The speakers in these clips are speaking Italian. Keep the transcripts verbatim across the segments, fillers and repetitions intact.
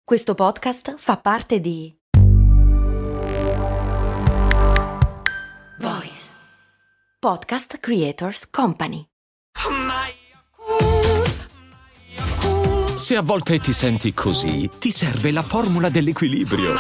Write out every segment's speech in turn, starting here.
Questo podcast fa parte di Voice Podcast Creators Company. Se a volte ti senti così, ti serve la formula dell'equilibrio.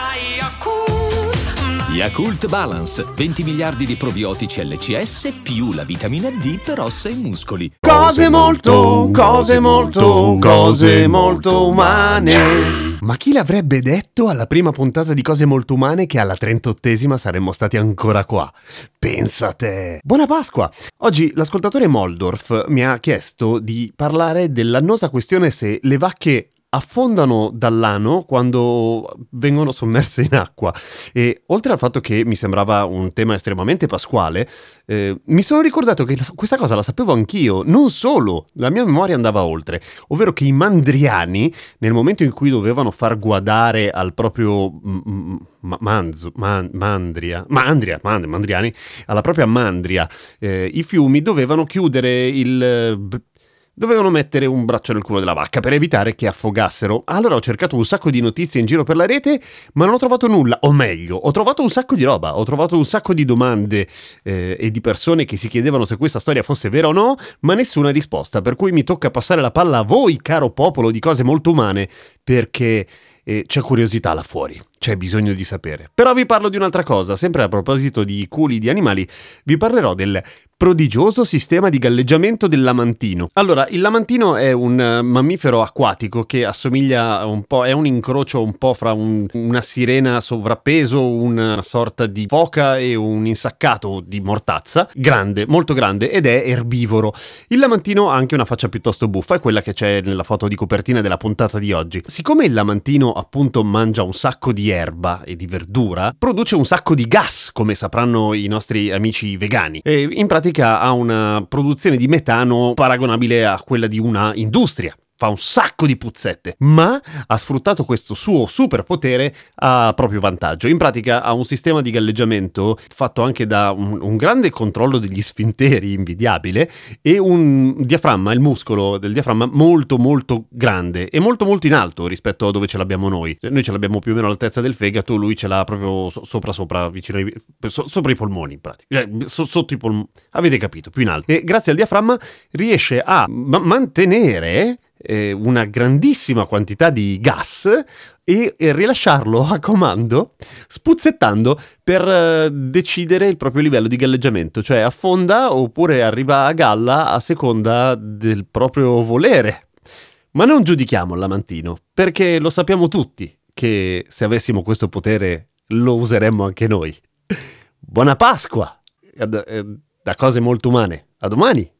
Yakult Balance, venti miliardi di probiotici L C S più la vitamina D per ossa e muscoli. Cose molto, cose molto, cose molto umane. Ma chi l'avrebbe detto alla prima puntata di Cose Molto Umane che alla trentottesima saremmo stati ancora qua? Pensa te! Buona Pasqua! Oggi l'ascoltatore Moldorf mi ha chiesto di parlare dell'annosa questione se le vacche affondano dall'ano quando vengono sommerse in acqua. E oltre al fatto che mi sembrava un tema estremamente pasquale, eh, mi sono ricordato che questa cosa la sapevo anch'io. Non solo, la mia memoria andava oltre, ovvero che i mandriani, nel momento in cui dovevano far guadare al proprio mm, ma, manzo, man, mandria, mandria, mand, mandriani, alla propria mandria, eh, i fiumi dovevano chiudere il... Dovevano mettere un braccio nel culo della vacca per evitare che affogassero. Allora ho cercato un sacco di notizie in giro per la rete, ma non ho trovato nulla. O meglio, ho trovato un sacco di roba, ho trovato un sacco di domande eh, e di persone che si chiedevano se questa storia fosse vera o no, ma nessuna risposta. Per cui mi tocca passare la palla a voi, caro popolo di Cose Molto Umane, perché eh, c'è curiosità là fuori. C'è bisogno di sapere. Però vi parlo di un'altra cosa, sempre a proposito di culi di animali, vi parlerò del prodigioso sistema di galleggiamento del lamantino. Allora, il lamantino è un uh, mammifero acquatico che assomiglia un po', è un incrocio un po' fra un, una sirena sovrappeso, una sorta di foca e un insaccato di mortazza, grande, molto grande, ed è erbivoro. Il lamantino ha anche una faccia piuttosto buffa, è quella che c'è nella foto di copertina della puntata di oggi. Siccome il lamantino appunto mangia un sacco di erba e di verdura, produce un sacco di gas, come sapranno i nostri amici vegani, e in pratica ha una produzione di metano paragonabile a quella di una industria. Fa un sacco di puzzette, ma ha sfruttato questo suo superpotere a proprio vantaggio. In pratica ha un sistema di galleggiamento fatto anche da un, un grande controllo degli sfinteri invidiabile e un diaframma, il muscolo del diaframma molto molto grande e molto molto in alto rispetto a dove ce l'abbiamo noi. Noi ce l'abbiamo più o meno all'altezza del fegato, lui ce l'ha proprio so- sopra sopra vicino ai, so- sopra i polmoni in pratica, eh, so- sotto i polmoni, avete capito, più in alto. E grazie al diaframma riesce a ma- mantenere una grandissima quantità di gas e, e rilasciarlo a comando spuzzettando per uh, decidere il proprio livello di galleggiamento, cioè affonda oppure arriva a galla a seconda del proprio volere. Ma non giudichiamo il lamantino, perché lo sappiamo tutti che se avessimo questo potere lo useremmo anche noi. Buona Pasqua da, da Cose Molto Umane, a domani!